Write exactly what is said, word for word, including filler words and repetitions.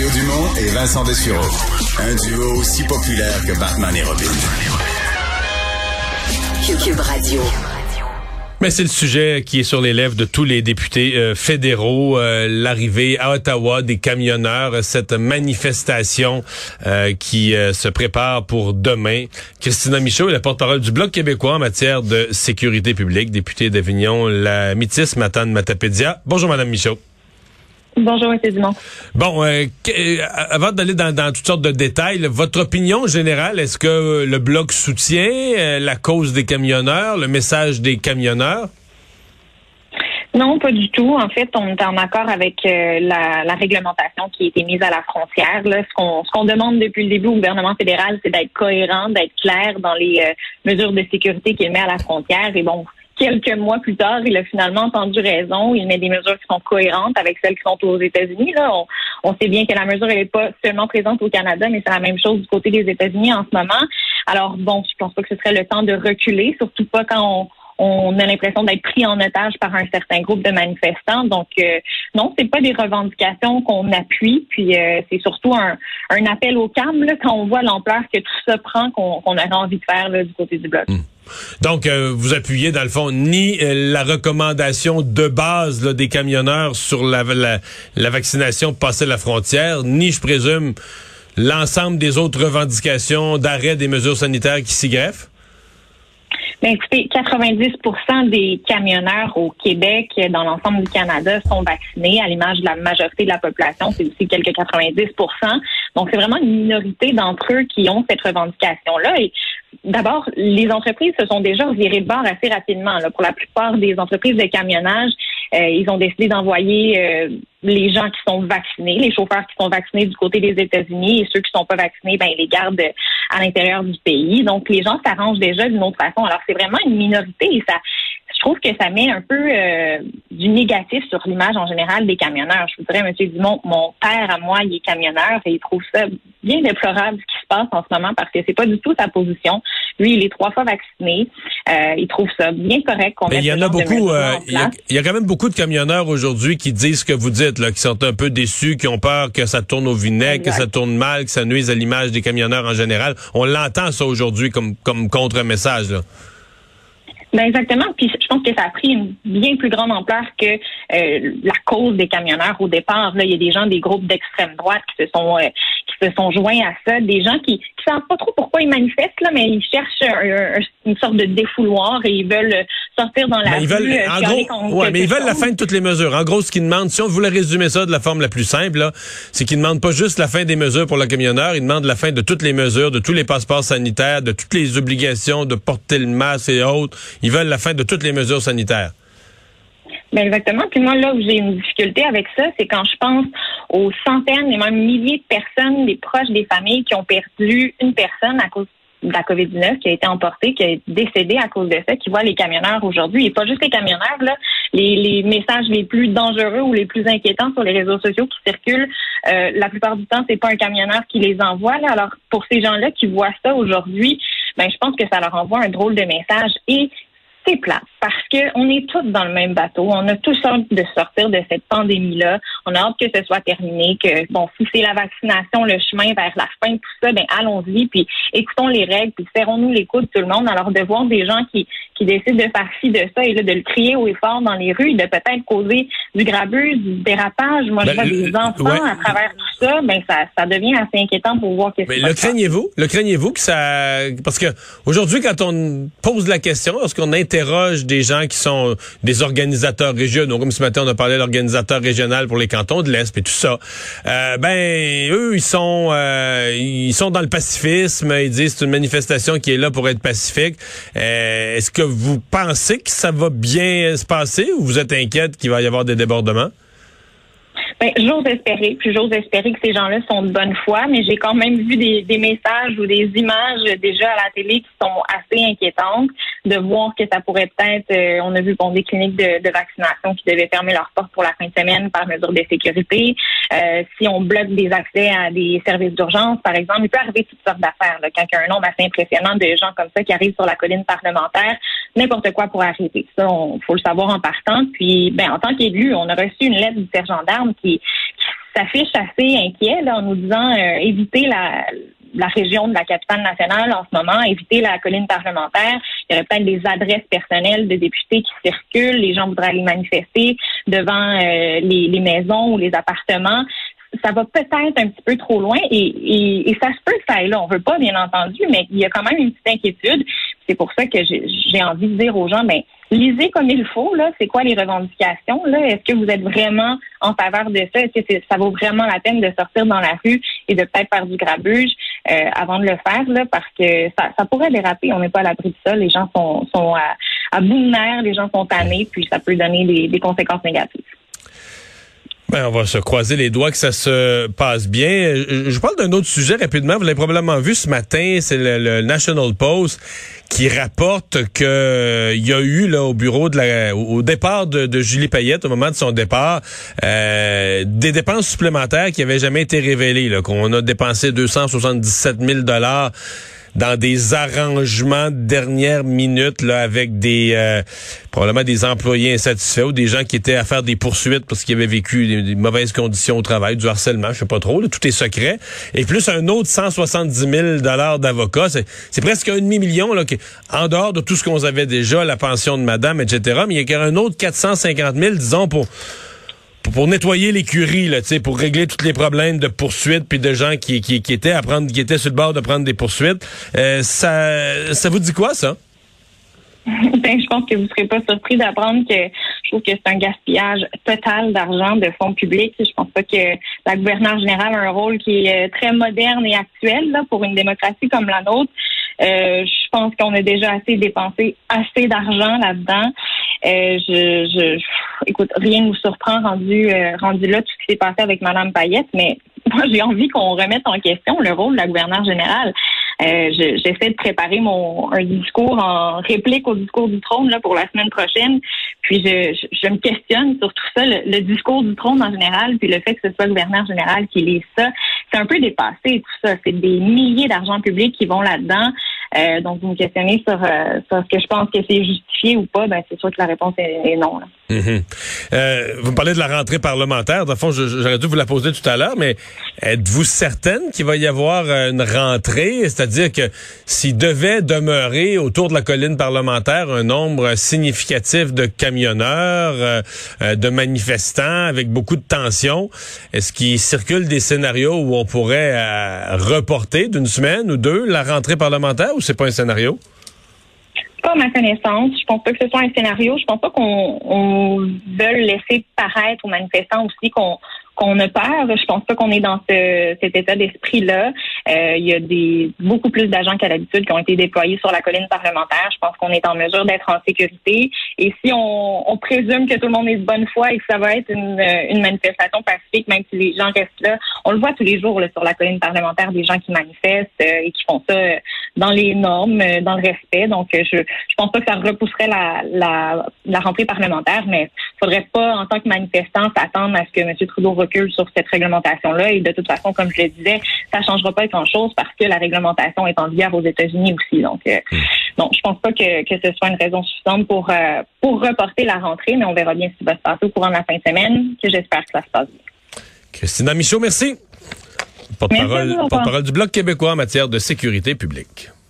Mario Dumont et Vincent Dessureau. Un duo aussi populaire que Batman et Robin. Cube Radio. Mais c'est le sujet qui est sur les lèvres de tous les députés euh, fédéraux, euh, l'arrivée à Ottawa des camionneurs, cette manifestation euh, qui euh, se prépare pour demain. Christina Michaud est la porte-parole du Bloc québécois en matière de sécurité publique, députée d'Avignon, la Métis, Matane Matapédia. Bonjour, Madame Michaud. Bonjour, M. Dumont. Bon, euh, qu- avant d'aller dans, dans toutes sortes de détails, là, votre opinion générale, est-ce que le Bloc soutient euh, la cause des camionneurs, le message des camionneurs? Non, pas du tout. En fait, on est en accord avec euh, la, la réglementation qui a été mise à la frontière. Là, ce qu'on, ce qu'on demande depuis le début au gouvernement fédéral, c'est d'être cohérent, d'être clair dans les euh, mesures de sécurité qu'il met à la frontière. Et bon, quelques mois plus tard, il a finalement entendu raison. Il met des mesures qui sont cohérentes avec celles qui sont aux États-Unis. Là, on, on sait bien que la mesure elle n'est pas seulement présente au Canada, mais c'est la même chose du côté des États-Unis en ce moment. Alors bon, je pense pas que ce serait le temps de reculer, surtout pas quand on On a l'impression d'être pris en otage par un certain groupe de manifestants. Donc, euh, non, c'est pas des revendications qu'on appuie. Puis, euh, c'est surtout un, un appel au calme là, quand on voit l'ampleur que tout ça prend, qu'on, qu'on aurait envie de faire là, du côté du Bloc. Mmh. Donc, euh, vous appuyez, dans le fond, ni euh, la recommandation de base là, des camionneurs sur la, la, la vaccination pour passer la frontière, ni, je présume, l'ensemble des autres revendications d'arrêt des mesures sanitaires qui s'y greffent? Bien, écoutez, quatre-vingt-dix pour cent des camionneurs au Québec, dans l'ensemble du Canada, sont vaccinés, à l'image de la majorité de la population, c'est aussi quelques quatre-vingt-dix pour cent. Donc, c'est vraiment une minorité d'entre eux qui ont cette revendication-là. Et d'abord, les entreprises se sont déjà revirées de bord assez rapidement. Là. Pour la plupart des entreprises de camionnage, euh, ils ont décidé d'envoyer euh, les gens qui sont vaccinés, les chauffeurs qui sont vaccinés du côté des États-Unis, et ceux qui sont pas vaccinés, ben ils les gardent à l'intérieur du pays. Donc, les gens s'arrangent déjà d'une autre façon. Alors, c'est vraiment une minorité et ça, je trouve que ça met un peu euh, du négatif sur l'image en général des camionneurs. Je vous dirais, M. Dumont, mon père à moi, il est camionneur et il trouve ça bien déplorable ce qui se passe en ce moment parce que c'est pas du tout sa position. Lui, il est trois fois vacciné. Euh, il trouve ça bien correct qu'on Mais mette il y en a beaucoup. Euh, il, y a, il y a quand même beaucoup de camionneurs aujourd'hui qui disent ce que vous dites, là, qui sont un peu déçus, qui ont peur que ça tourne au vinaigre, exact, que ça tourne mal, que ça nuise à l'image des camionneurs en général. On l'entend ça aujourd'hui comme comme contre-message, là. Ben exactement. Puis je pense que ça a pris une bien plus grande ampleur que euh, la cause des camionneurs au départ. Là, il y a des gens des groupes d'extrême droite qui se sont euh, qui se sont joints à ça, des gens qui qui savent pas trop pourquoi ils manifestent là, mais ils cherchent un, un, une sorte de défouloir et ils veulent sortir dans la mais ils rue. Veulent, euh, en gros, ouais, mais ils veulent chose. La fin de toutes les mesures. En gros, ce qu'ils demandent, si on voulait résumer ça de la forme la plus simple, là, c'est qu'ils demandent pas juste la fin des mesures pour le camionneur, ils demandent la fin de toutes les mesures, de tous les passeports sanitaires, de toutes les obligations de porter le masque et autres. Ils veulent la fin de toutes les mesures sanitaires. Bien exactement. Puis moi, là où j'ai une difficulté avec ça, c'est quand je pense aux centaines et même milliers de personnes, des proches des familles qui ont perdu une personne à cause de la covid dix-neuf, qui a été emportée, qui a décédé à cause de ça, qui voient les camionneurs aujourd'hui. Et pas juste les camionneurs, là, les, les messages les plus dangereux ou les plus inquiétants sur les réseaux sociaux qui circulent, euh, la plupart du temps, c'est pas un camionneur qui les envoie. Là. Alors, pour ces gens-là qui voient ça aujourd'hui, ben je pense que ça leur envoie un drôle de message. Et c'est plat parce que on est tous dans le même bateau. On a tous hâte de sortir de cette pandémie-là. On a hâte que ce soit terminé, que bon, si c'est la vaccination, le chemin vers la fin, tout ça, ben allons-y, puis écoutons les règles, puis serrons-nous les coudes tout le monde. Alors de voir des gens qui qui décident de faire ci, de ça, et là, de le crier haut et fort dans les rues, de peut-être causer du grabuge, du dérapage. Moi, ben, je vois le, des enfants ouais. à travers tout ça, ben ça, ça devient assez inquiétant pour voir qu'est-ce qui le craignez-vous? Le craignez-vous que ça... Parce que aujourd'hui, quand on pose la question, lorsqu'on interroge des gens qui sont des organisateurs régionaux, comme ce matin, on a parlé de l'organisateur régional pour les cantons de l'Est et tout ça, euh, ben, eux, ils sont euh, ils sont dans le pacifisme, ils disent c'est une manifestation qui est là pour être pacifique. Euh, est-ce que vous pensez que ça va bien se passer ou vous êtes inquiète qu'il va y avoir des débordements? Ben, j'ose espérer, puis j'ose espérer que ces gens-là sont de bonne foi, mais j'ai quand même vu des, des messages ou des images déjà à la télé qui sont assez inquiétantes, de voir que ça pourrait peut-être, euh, on a vu bon, des cliniques de, de vaccination qui devaient fermer leurs portes pour la fin de semaine par mesure de sécurité. Euh, si on bloque des accès à des services d'urgence, par exemple, il peut arriver toutes sortes d'affaires. Là, quand il y a un nombre assez impressionnant de gens comme ça qui arrivent sur la colline parlementaire, n'importe quoi pourrait arriver. Ça, il faut le savoir en partant. Puis, ben, en tant qu'élu, on a reçu une lettre du sergent d'armes qui s'affiche assez inquiet là, en nous disant euh, éviter la la région de la capitale nationale en ce moment, éviter la colline parlementaire. Il y aurait peut-être des adresses personnelles de députés qui circulent. Les gens voudraient aller manifester devant euh, les, les maisons ou les appartements. Ça va peut-être un petit peu trop loin et, et, et ça se peut que ça aille là. On veut pas, bien entendu, mais il y a quand même une petite inquiétude. C'est pour ça que j'ai, j'ai envie de dire aux gens, ben, lisez comme il faut, là. C'est quoi les revendications, là? Est-ce que vous êtes vraiment en faveur de ça? Est-ce que c'est, ça vaut vraiment la peine de sortir dans la rue et de peut-être faire du grabuge euh, avant de le faire, là? Parce que ça, ça pourrait déraper. On n'est pas à l'abri de ça. Les gens sont, sont à, à bout de nerfs, les gens sont tannés, puis ça peut donner des, des conséquences négatives. Ben, on va se croiser les doigts que ça se passe bien. Je, je parle d'un autre sujet rapidement. Vous l'avez probablement vu ce matin, c'est le, le National Post qui rapporte que il y a eu là au bureau de la, au départ de, de Julie Payette, au moment de son départ, euh, des dépenses supplémentaires qui n'avaient jamais été révélées. Là, qu'on a dépensé deux cent soixante-dix-sept mille dollars dans des arrangements de dernière minute là avec des euh, probablement des employés insatisfaits ou des gens qui étaient à faire des poursuites parce qu'ils avaient vécu des, des mauvaises conditions au travail, du harcèlement, je sais pas trop, là, tout est secret. Et plus un autre cent soixante-dix mille dollars d'avocats, c'est, c'est presque un demi-million là, qui, en dehors de tout ce qu'on avait déjà, la pension de madame, et cetera. Mais il y a un autre quatre cent cinquante mille, disons, pour pour nettoyer l'écurie, là, tu sais, pour régler tous les problèmes de poursuites puis de gens qui, qui, qui étaient à prendre, qui étaient sur le bord de prendre des poursuites. Euh, ça, ça vous dit quoi, ça? Ben, je pense que vous ne serez pas surpris d'apprendre que je trouve que c'est un gaspillage total d'argent, de fonds publics. Je pense pas que la gouverneure générale a un rôle qui est très moderne et actuel, là, pour une démocratie comme la nôtre. Euh, je pense qu'on a déjà assez dépensé assez d'argent là-dedans. Euh, je, je, écoute, rien ne nous surprend rendu, euh, rendu là tout ce qui s'est passé avec Mme Payette, mais moi j'ai envie qu'on remette en question le rôle de la gouverneure générale. Euh, je, j'essaie de préparer mon un discours en réplique au discours du trône là pour la semaine prochaine. Puis je, je, je me questionne sur tout ça, le, le discours du trône en général, puis le fait que ce soit le gouverneur général qui lise ça, c'est un peu dépassé tout ça. C'est des milliers d'argent public qui vont là-dedans. Euh, donc, vous me questionnez sur, euh, sur ce que je pense que c'est justifié ou pas, ben c'est sûr que la réponse est, est non. Là. Mm-hmm. Euh, vous me parlez de la rentrée parlementaire. Dans le fond, j'aurais dû vous la poser tout à l'heure, mais êtes-vous certaine qu'il va y avoir une rentrée? C'est-à-dire que s'il devait demeurer autour de la colline parlementaire un nombre significatif de camionneurs, euh, de manifestants avec beaucoup de tensions, est-ce qu'il circule des scénarios où on pourrait euh, reporter d'une semaine ou deux la rentrée parlementaire ou c'est pas un scénario? Pas à ma connaissance. Je pense pas que ce soit un scénario. Je pense pas qu'on on veuille laisser paraître aux manifestants aussi qu'on qu'on a peur. Je pense pas qu'on est dans ce, cet état d'esprit-là. Euh, il y a des beaucoup plus d'agents qu'à l'habitude qui ont été déployés sur la colline parlementaire. Je pense qu'on est en mesure d'être en sécurité. Et si on, on présume que tout le monde est de bonne foi et que ça va être une, une manifestation pacifique, même si les gens restent là, on le voit tous les jours là, sur la colline parlementaire, des gens qui manifestent euh, et qui font ça euh, dans les normes, euh, dans le respect. Donc, euh, je je pense pas que ça repousserait la, la, la rentrée parlementaire, mais il faudrait pas, en tant que manifestant, s'attendre à ce que M. Trudeau recule sur cette réglementation-là. Et de toute façon, comme je le disais, ça changera pas grand-chose parce que la réglementation est en vigueur aux États-Unis aussi. Donc, euh, non, je pense pas que, que ce soit une raison suffisante pour, euh, pour reporter la rentrée, mais on verra bien ce qui va se passer au courant de la fin de semaine, que j'espère que ça se passe bien. Christina Michaud, merci. Porte-parole, merci, porte-parole du Bloc québécois en matière de sécurité publique.